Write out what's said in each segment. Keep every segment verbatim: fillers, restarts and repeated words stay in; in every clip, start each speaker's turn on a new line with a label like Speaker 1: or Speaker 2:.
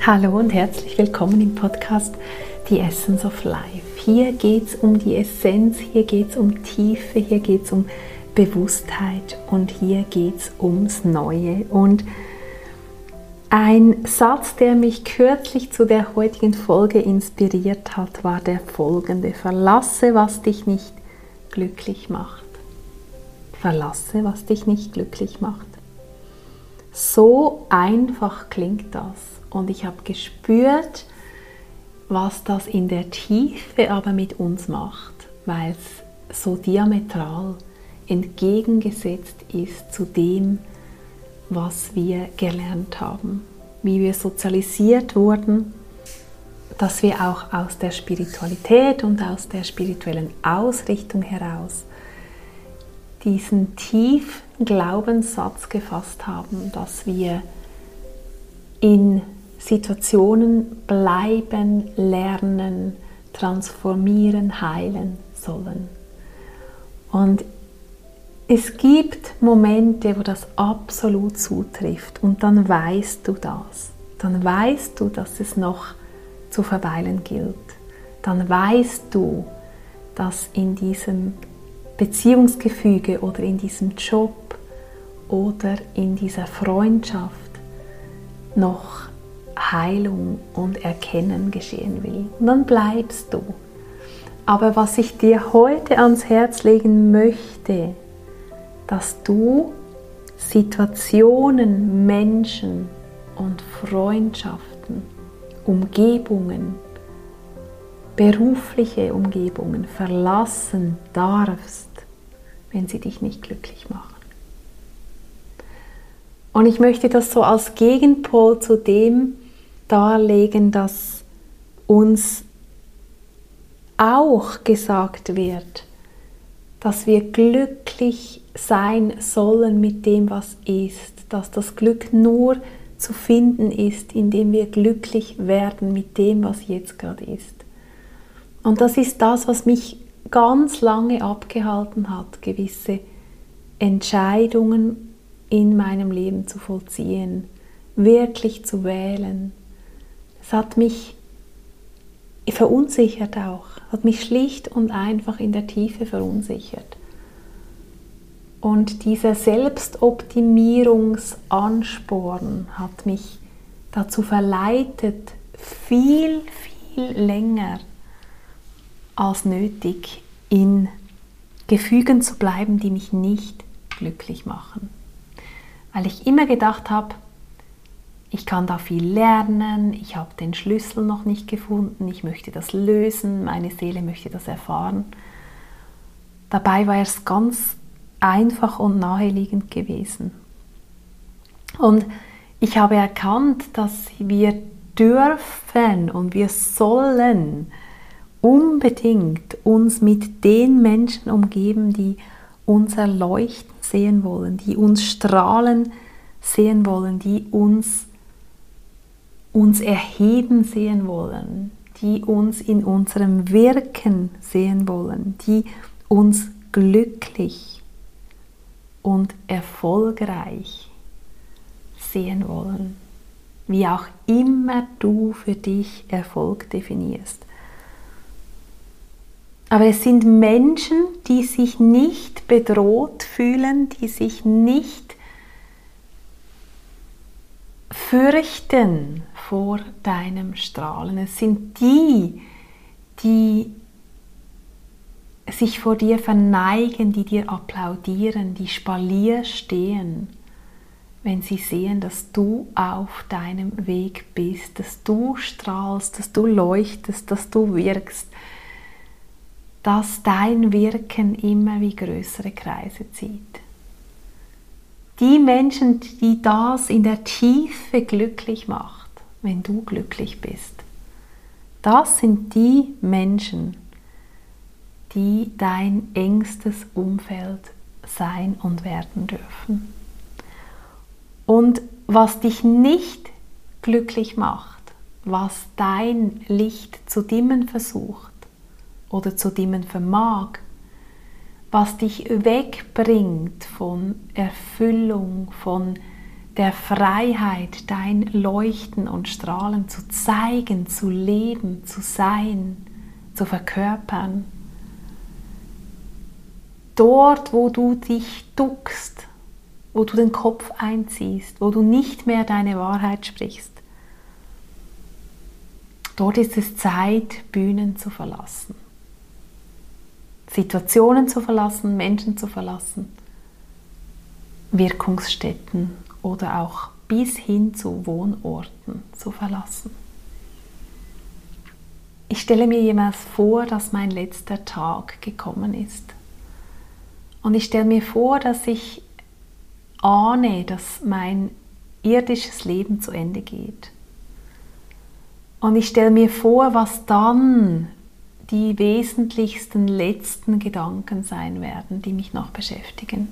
Speaker 1: Hallo und herzlich willkommen im Podcast The Essence of Life. Hier geht es um die Essenz, hier geht es um Tiefe, hier geht es um Bewusstheit und hier geht es ums Neue. Und ein Satz, der mich kürzlich zu der heutigen Folge inspiriert hat, war der folgende: Verlasse, was dich nicht glücklich macht. Verlasse, was dich nicht glücklich macht. So einfach klingt das. Und ich habe gespürt, was das in der Tiefe aber mit uns macht, weil es so diametral entgegengesetzt ist zu dem, was wir gelernt haben, wie wir sozialisiert wurden, dass wir auch aus der Spiritualität und aus der spirituellen Ausrichtung heraus diesen tiefen Glaubenssatz gefasst haben, dass wir in Situationen bleiben, lernen, transformieren, heilen sollen. Und es gibt Momente, wo das absolut zutrifft und dann weißt du das. Dann weißt du, dass es noch zu verweilen gilt. Dann weißt du, dass in diesem Beziehungsgefüge oder in diesem Job oder in dieser Freundschaft noch Heilung und Erkennen geschehen will. Und dann bleibst du. Aber was ich dir heute ans Herz legen möchte, dass du Situationen, Menschen und Freundschaften, Umgebungen, berufliche Umgebungen verlassen darfst, wenn sie dich nicht glücklich machen. Und ich möchte das so als Gegenpol zu dem darlegen, dass uns auch gesagt wird, dass wir glücklich sein sollen mit dem, was ist, dass das Glück nur zu finden ist, indem wir glücklich werden mit dem, was jetzt gerade ist. Und das ist das, was mich ganz lange abgehalten hat, gewisse Entscheidungen in meinem Leben zu vollziehen, wirklich zu wählen. Es hat mich verunsichert auch, hat mich schlicht und einfach in der Tiefe verunsichert. Und dieser Selbstoptimierungsansporn hat mich dazu verleitet, viel, viel länger als nötig in Gefügen zu bleiben, die mich nicht glücklich machen. Weil ich immer gedacht habe, ich kann da viel lernen, ich habe den Schlüssel noch nicht gefunden, ich möchte das lösen, meine Seele möchte das erfahren. Dabei war es ganz einfach und naheliegend gewesen. Und ich habe erkannt, dass wir dürfen und wir sollen unbedingt uns mit den Menschen umgeben, die uns erleuchten sehen wollen, die uns strahlen sehen wollen, die uns, uns erheben sehen wollen, die uns in unserem Wirken sehen wollen, die uns glücklich und erfolgreich sehen wollen, wie auch immer du für dich Erfolg definierst. Aber es sind Menschen, die sich nicht bedroht fühlen, die sich nicht fürchten vor deinem Strahlen. Es sind die, die sich vor dir verneigen, die dir applaudieren, die Spalier stehen, wenn sie sehen, dass du auf deinem Weg bist, dass du strahlst, dass du leuchtest, dass du wirkst, dass dein Wirken immer wie größere Kreise zieht. Die Menschen, die das in der Tiefe glücklich macht, wenn du glücklich bist, das sind die Menschen, die dein engstes Umfeld sein und werden dürfen. Und was dich nicht glücklich macht, was dein Licht zu dimmen versucht, oder zu dimmen vermag, was dich wegbringt von Erfüllung, von der Freiheit, dein Leuchten und Strahlen zu zeigen, zu leben, zu sein, zu verkörpern. Dort, wo du dich duckst, wo du den Kopf einziehst, wo du nicht mehr deine Wahrheit sprichst, dort ist es Zeit, Bühnen zu verlassen. Situationen zu verlassen, Menschen zu verlassen, Wirkungsstätten oder auch bis hin zu Wohnorten zu verlassen. Ich stelle mir jemals vor, dass mein letzter Tag gekommen ist. Und ich stelle mir vor, dass ich ahne, dass mein irdisches Leben zu Ende geht. Und ich stelle mir vor, was dann die wesentlichsten letzten Gedanken sein werden, die mich noch beschäftigen.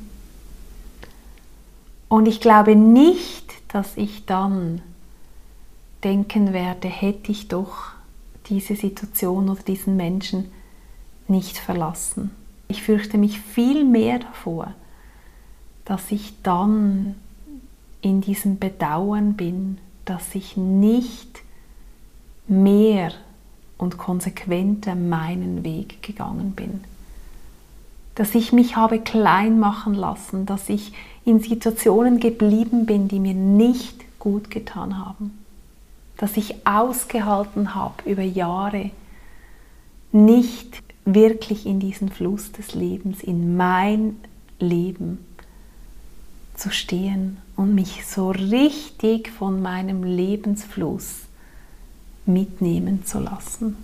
Speaker 1: Und ich glaube nicht, dass ich dann denken werde, hätte ich doch diese Situation oder diesen Menschen nicht verlassen. Ich fürchte mich viel mehr davor, dass ich dann in diesem Bedauern bin, dass ich nicht mehr und konsequenter meinen Weg gegangen bin. Dass ich mich habe klein machen lassen, dass ich in Situationen geblieben bin, die mir nicht gut getan haben. Dass ich ausgehalten habe über Jahre, nicht wirklich in diesen Fluss des Lebens, in mein Leben zu stehen und mich so richtig von meinem Lebensfluss mitnehmen zu lassen.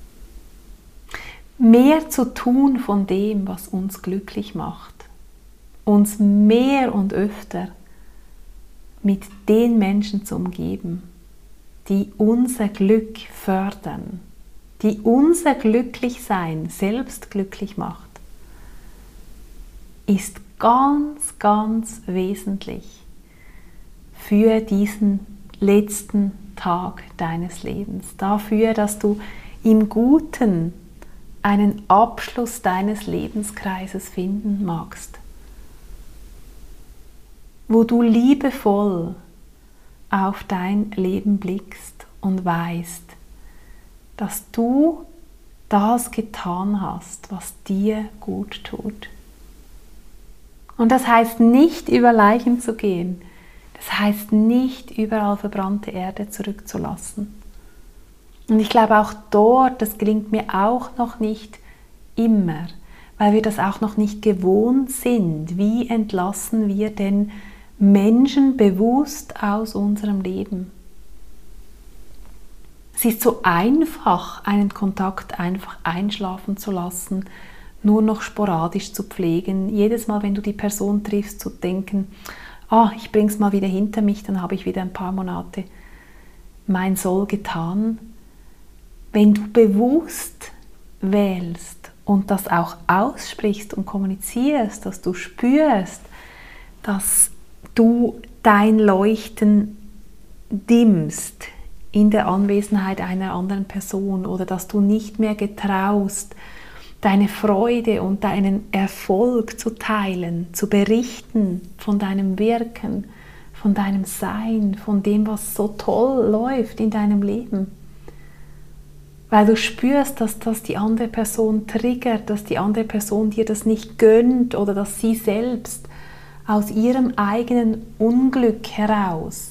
Speaker 1: Mehr zu tun von dem, was uns glücklich macht. Uns mehr und öfter mit den Menschen zu umgeben, die unser Glück fördern, die unser Glücklichsein selbst glücklich macht, ist ganz, ganz wesentlich für diesen letzten Tag deines Lebens. Dafür, dass du im Guten einen Abschluss deines Lebenskreises finden magst, wo du liebevoll auf dein Leben blickst und weißt, dass du das getan hast, was dir gut tut. Und das heißt nicht, über Leichen zu gehen. Das heißt nicht, überall verbrannte Erde zurückzulassen. Und ich glaube auch dort, das gelingt mir auch noch nicht immer, weil wir das auch noch nicht gewohnt sind. Wie entlassen wir denn Menschen bewusst aus unserem Leben? Es ist so einfach, einen Kontakt einfach einschlafen zu lassen, nur noch sporadisch zu pflegen. Jedes Mal, wenn du die Person triffst, zu denken, ah, ich bringe es mal wieder hinter mich, dann habe ich wieder ein paar Monate mein Soll getan. Wenn du bewusst wählst und das auch aussprichst und kommunizierst, dass du spürst, dass du dein Leuchten dimmst in der Anwesenheit einer anderen Person oder dass du nicht mehr getraust, deine Freude und deinen Erfolg zu teilen, zu berichten von deinem Wirken, von deinem Sein, von dem, was so toll läuft in deinem Leben. Weil du spürst, dass das die andere Person triggert, dass die andere Person dir das nicht gönnt oder dass sie selbst aus ihrem eigenen Unglück heraus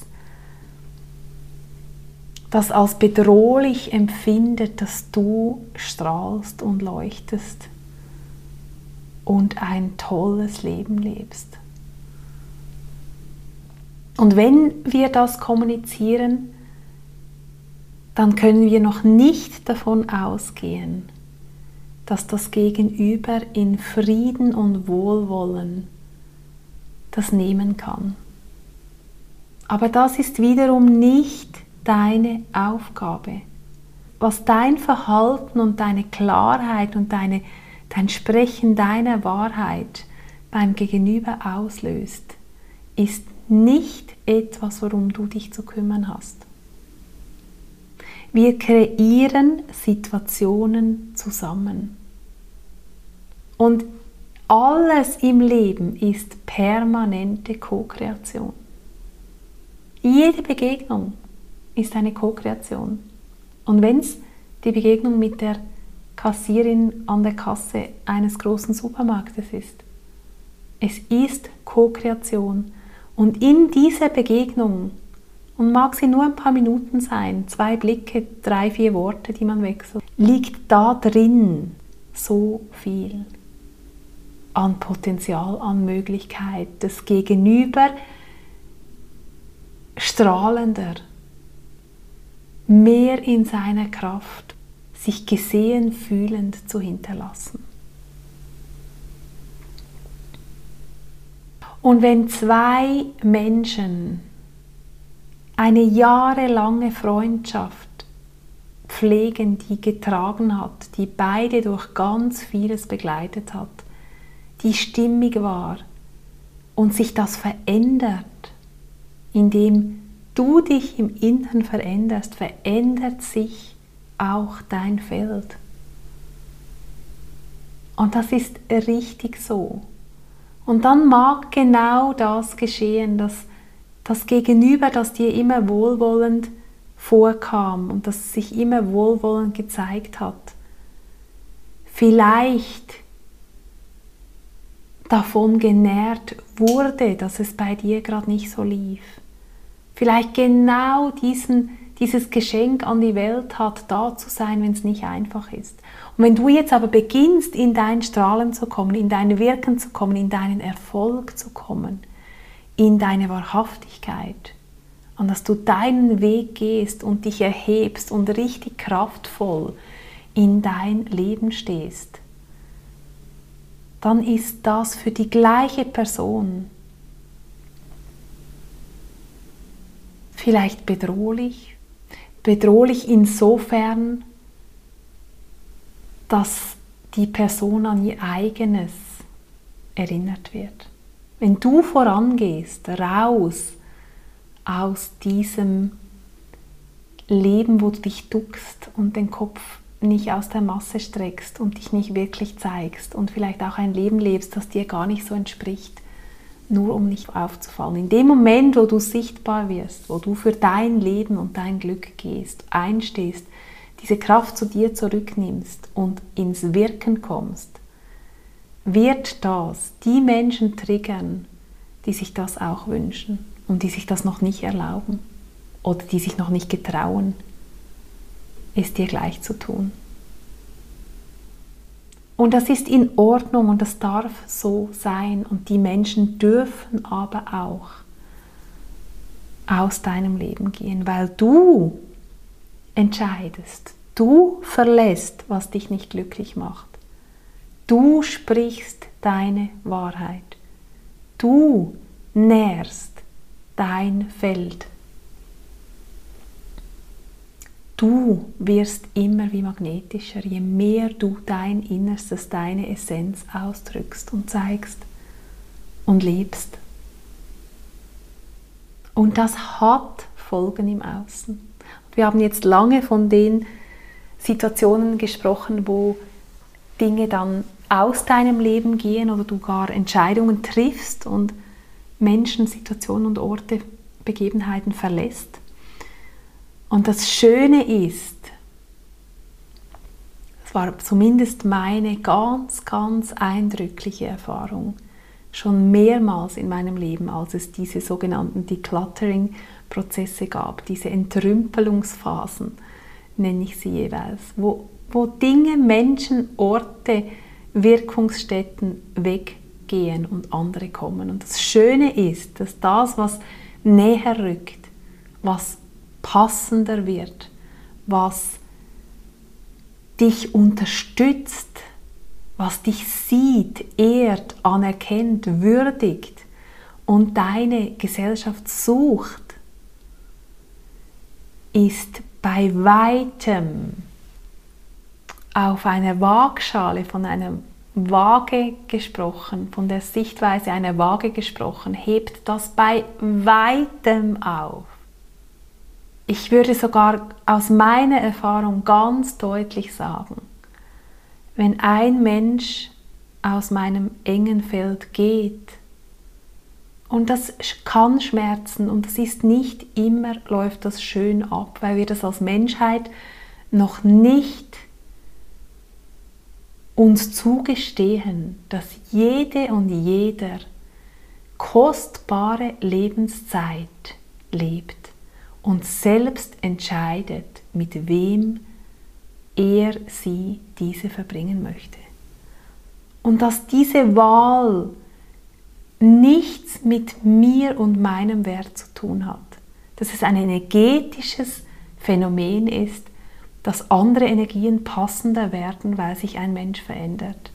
Speaker 1: das als bedrohlich empfindet, dass du strahlst und leuchtest und ein tolles Leben lebst. Und wenn wir das kommunizieren, dann können wir noch nicht davon ausgehen, dass das Gegenüber in Frieden und Wohlwollen das nehmen kann. Aber das ist wiederum nicht deine Aufgabe. Was dein Verhalten und deine Klarheit und deine, dein Sprechen deiner Wahrheit beim Gegenüber auslöst, ist nicht etwas, worum du dich zu kümmern hast. Wir kreieren Situationen zusammen. Und alles im Leben ist permanente Co-Kreation. Jede Begegnung ist eine Co-Kreation. Und wenn es die Begegnung mit der Kassierin an der Kasse eines großen Supermarktes ist, es ist Co-Kreation. Und in dieser Begegnung, und mag sie nur ein paar Minuten sein, zwei Blicke, drei, vier Worte, die man wechselt, liegt da drin so viel an Potenzial, an Möglichkeit, das Gegenüber strahlender, mehr in seiner Kraft, sich gesehen fühlend zu hinterlassen. Und wenn zwei Menschen eine jahrelange Freundschaft pflegen, die getragen hat, die beide durch ganz vieles begleitet hat, die stimmig war und sich das verändert, indem du dich im Inneren veränderst, verändert sich auch dein Feld. Und das ist richtig so. Und dann mag genau das geschehen, dass das Gegenüber, das dir immer wohlwollend vorkam und das sich immer wohlwollend gezeigt hat, vielleicht davon genährt wurde, dass es bei dir gerade nicht so lief. Vielleicht genau diesen, dieses Geschenk an die Welt hat, da zu sein, wenn es nicht einfach ist. Und wenn du jetzt aber beginnst, in dein Strahlen zu kommen, in dein Wirken zu kommen, in deinen Erfolg zu kommen, in deine Wahrhaftigkeit, und dass du deinen Weg gehst und dich erhebst und richtig kraftvoll in dein Leben stehst, dann ist das für die gleiche Person vielleicht bedrohlich. Bedrohlich insofern, dass die Person an ihr eigenes erinnert wird. Wenn du vorangehst, raus aus diesem Leben, wo du dich duckst und den Kopf nicht aus der Masse streckst und dich nicht wirklich zeigst und vielleicht auch ein Leben lebst, das dir gar nicht so entspricht, nur um nicht aufzufallen. In dem Moment, wo du sichtbar wirst, wo du für dein Leben und dein Glück gehst, einstehst, diese Kraft zu dir zurücknimmst und ins Wirken kommst, wird das die Menschen triggern, die sich das auch wünschen und die sich das noch nicht erlauben oder die sich noch nicht getrauen, es dir gleich zu tun. Und das ist in Ordnung und das darf so sein und die Menschen dürfen aber auch aus deinem Leben gehen, weil du entscheidest, du verlässt, was dich nicht glücklich macht. Du sprichst deine Wahrheit. Du nährst dein Feld. Du wirst immer wie magnetischer, je mehr du dein Innerstes, deine Essenz ausdrückst und zeigst und lebst. Und das hat Folgen im Außen. Wir haben jetzt lange von den Situationen gesprochen, wo Dinge dann aus deinem Leben gehen oder du gar Entscheidungen triffst und Menschen, Situationen und Orte, Begebenheiten verlässt. Und das Schöne ist, es war zumindest meine ganz, ganz eindrückliche Erfahrung, schon mehrmals in meinem Leben, als es diese sogenannten Decluttering-Prozesse gab, diese Entrümpelungsphasen, nenne ich sie jeweils, wo, wo Dinge, Menschen, Orte, Wirkungsstätten weggehen und andere kommen. Und das Schöne ist, dass das, was näher rückt, was passender wird, was dich unterstützt, was dich sieht, ehrt, anerkennt, würdigt und deine Gesellschaft sucht, ist bei weitem auf einer Waagschale, von einer Waage gesprochen, von der Sichtweise einer Waage gesprochen, hebt das bei weitem auf. Ich würde sogar aus meiner Erfahrung ganz deutlich sagen, wenn ein Mensch aus meinem engen Feld geht, Und das kann schmerzen und das ist nicht immer, läuft das schön ab, weil wir das als Menschheit noch nicht uns zugestehen, dass jede und jeder kostbare Lebenszeit lebt und selbst entscheidet, mit wem er, sie diese verbringen möchte. Und dass diese Wahl nichts mit mir und meinem Wert zu tun hat. Dass es ein energetisches Phänomen ist, dass andere Energien passender werden, weil sich ein Mensch verändert.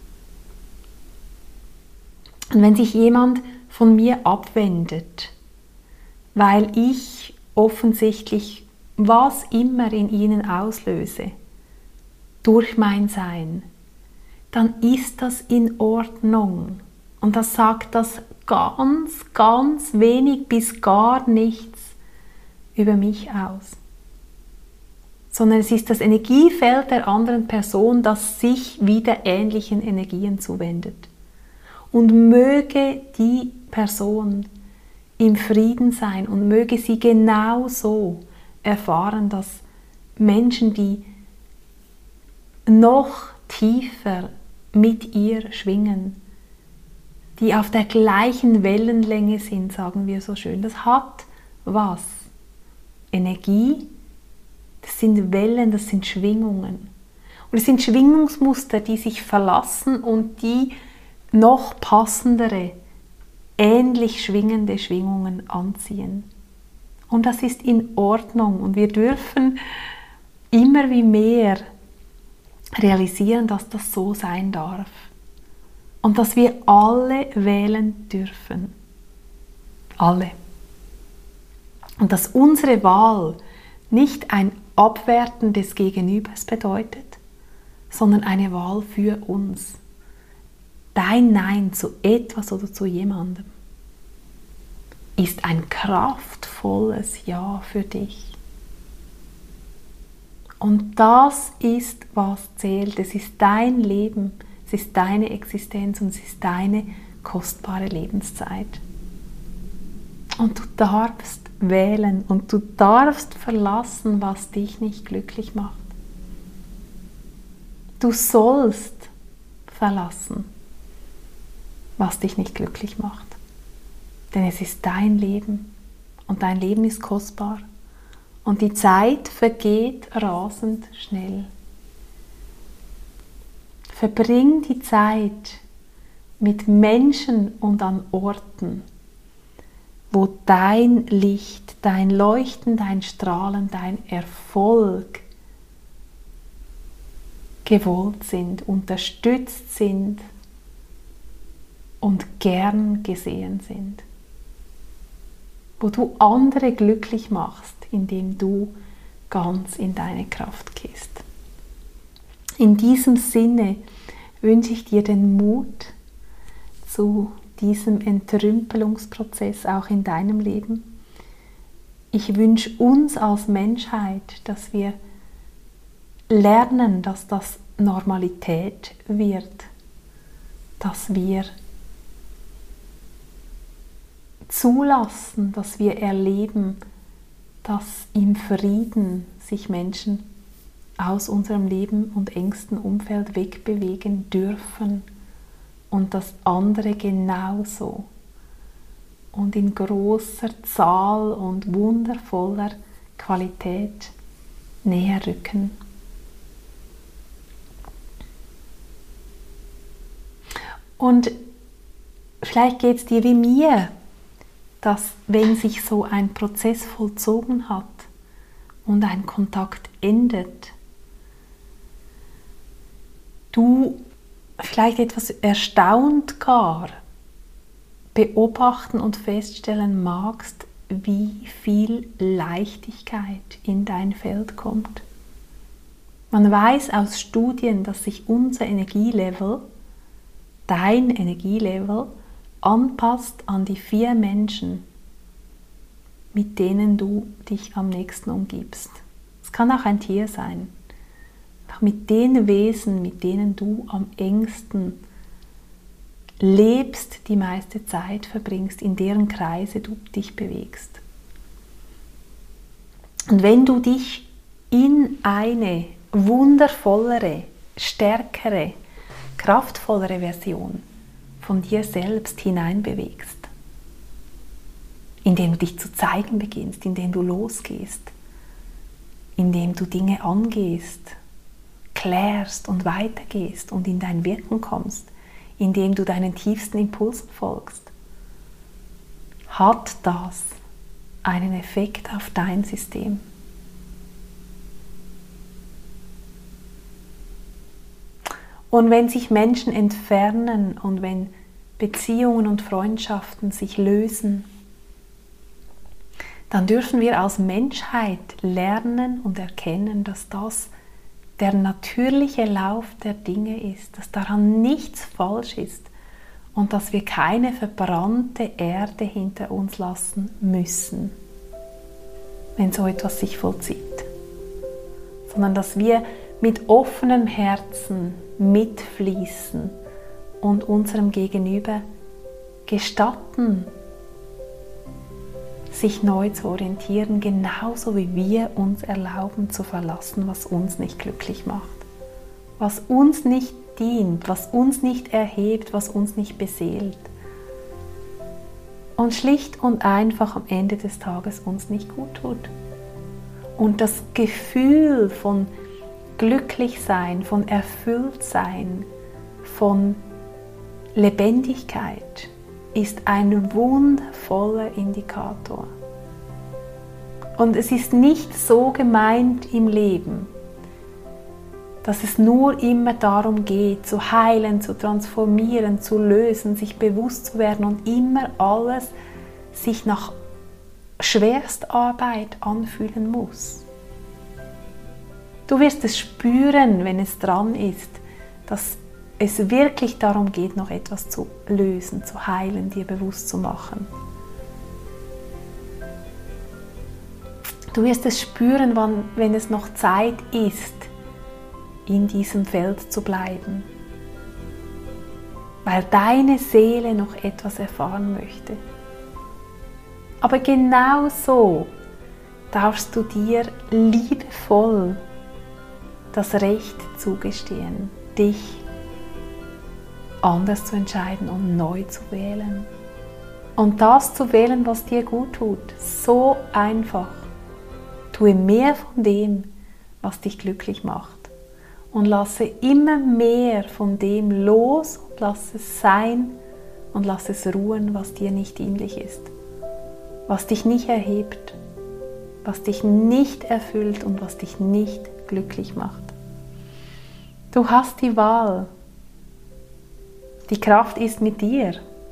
Speaker 1: Und wenn sich jemand von mir abwendet, weil ich offensichtlich was immer in ihnen auslöse, durch mein Sein, dann ist das in Ordnung. Und das sagt das ganz, ganz wenig bis gar nichts über mich aus. Sondern es ist das Energiefeld der anderen Person, das sich wieder ähnlichen Energien zuwendet. Und möge die Person im Frieden sein und möge sie genauso erfahren, dass Menschen, die noch tiefer mit ihr schwingen, die auf der gleichen Wellenlänge sind, sagen wir so schön. Das hat was. Energie, das sind Wellen, das sind Schwingungen. Und es sind Schwingungsmuster, die sich verlassen und die noch passendere, ähnlich schwingende Schwingungen anziehen. Und das ist in Ordnung. Und wir dürfen immer wie mehr realisieren, dass das so sein darf. Und dass wir alle wählen dürfen. Alle. Und dass unsere Wahl nicht ein Abwerten des Gegenübers bedeutet, sondern eine Wahl für uns. Dein Nein zu etwas oder zu jemandem ist ein kraftvolles Ja für dich. Und das ist, was zählt. Es ist dein Leben. Es ist deine Existenz und es ist deine kostbare Lebenszeit. Und du darfst wählen und du darfst verlassen, was dich nicht glücklich macht. Du sollst verlassen, was dich nicht glücklich macht. Denn es ist dein Leben und dein Leben ist kostbar. Und die Zeit vergeht rasend schnell. Verbring die Zeit mit Menschen und an Orten, wo dein Licht, dein Leuchten, dein Strahlen, dein Erfolg gewollt sind, unterstützt sind und gern gesehen sind. Wo du andere glücklich machst, indem du ganz in deine Kraft gehst. In diesem Sinne wünsche ich dir den Mut zu diesem Entrümpelungsprozess auch in deinem Leben. Ich wünsche uns als Menschheit, dass wir lernen, dass das Normalität wird, dass wir zulassen, dass wir erleben, dass im Frieden sich Menschen aus unserem Leben und engsten Umfeld wegbewegen dürfen und das andere genauso und in großer Zahl und wundervoller Qualität näher rücken. Und vielleicht geht es dir wie mir, dass wenn sich so ein Prozess vollzogen hat und ein Kontakt endet, du vielleicht etwas erstaunt gar beobachten und feststellen magst, wie viel Leichtigkeit in dein Feld kommt. Man weiß aus Studien, dass sich unser Energielevel, dein Energielevel, anpasst an die vier Menschen, mit denen du dich am nächsten umgibst. Es kann auch ein Tier sein. Mit den Wesen, mit denen du am engsten lebst, die meiste Zeit verbringst, in deren Kreise du dich bewegst. Und wenn du dich in eine wundervollere, stärkere, kraftvollere Version von dir selbst hineinbewegst, indem du dich zu zeigen beginnst, indem du losgehst, indem du Dinge angehst, klärst und weitergehst und in dein Wirken kommst, indem du deinen tiefsten Impulsen folgst, hat das einen Effekt auf dein System. Und wenn sich Menschen entfernen und wenn Beziehungen und Freundschaften sich lösen, dann dürfen wir als Menschheit lernen und erkennen, dass das der natürliche Lauf der Dinge ist, dass daran nichts falsch ist und dass wir keine verbrannte Erde hinter uns lassen müssen, wenn so etwas sich vollzieht, sondern dass wir mit offenem Herzen mitfließen und unserem Gegenüber gestatten, sich neu zu orientieren, genauso wie wir uns erlauben zu verlassen, was uns nicht glücklich macht, was uns nicht dient, was uns nicht erhebt, was uns nicht beseelt und schlicht und einfach am Ende des Tages uns nicht gut tut. Und das Gefühl von Glücklichsein, von Erfülltsein, von Lebendigkeit ist ein wundervoller Indikator. Und es ist nicht so gemeint im Leben, dass es nur immer darum geht, zu heilen, zu transformieren, zu lösen, sich bewusst zu werden und immer alles sich nach Schwerstarbeit anfühlen muss. Du wirst es spüren, wenn es dran ist, dass es wirklich darum geht, noch etwas zu lösen, zu heilen, dir bewusst zu machen. Du wirst es spüren, wann, wenn es noch Zeit ist, in diesem Feld zu bleiben, weil deine Seele noch etwas erfahren möchte. Aber genau so darfst du dir liebevoll das Recht zugestehen, dich anders zu entscheiden und neu zu wählen. Und das zu wählen, was dir gut tut. So einfach. Tue mehr von dem, was dich glücklich macht. Und lasse immer mehr von dem los und lass es sein und lass es ruhen, was dir nicht dienlich ist. Was dich nicht erhebt, was dich nicht erfüllt und was dich nicht glücklich macht. Du hast die Wahl. Die Kraft ist mit dir.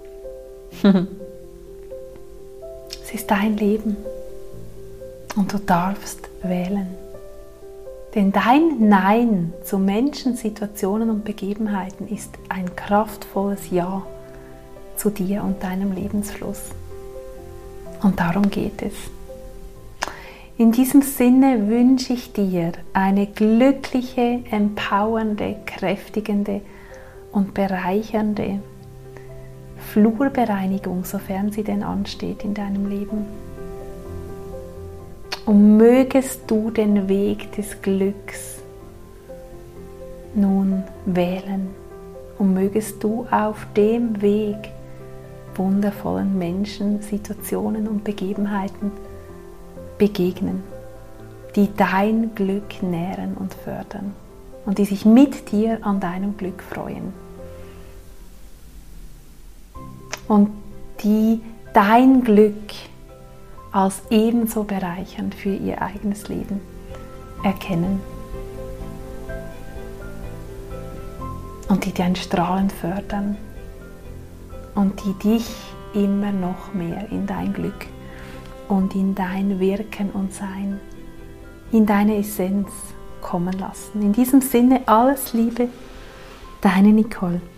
Speaker 1: Es ist dein Leben und du darfst wählen. Denn dein Nein zu Menschen, Situationen und Begebenheiten ist ein kraftvolles Ja zu dir und deinem Lebensfluss. Und darum geht es. In diesem Sinne wünsche ich dir eine glückliche, empowernde, kräftigende und bereichernde Flurbereinigung, sofern sie denn ansteht in deinem Leben. Und mögest du den Weg des Glücks nun wählen und mögest du auf dem Weg wundervollen Menschen, Situationen und Begebenheiten begegnen, die dein Glück nähren und fördern und die sich mit dir an deinem Glück freuen. Und die dein Glück als ebenso bereichernd für ihr eigenes Leben erkennen. Und die dein Strahlen fördern und die dich immer noch mehr in dein Glück und in dein Wirken und Sein, in deine Essenz kommen lassen. In diesem Sinne alles Liebe, deine Nicole.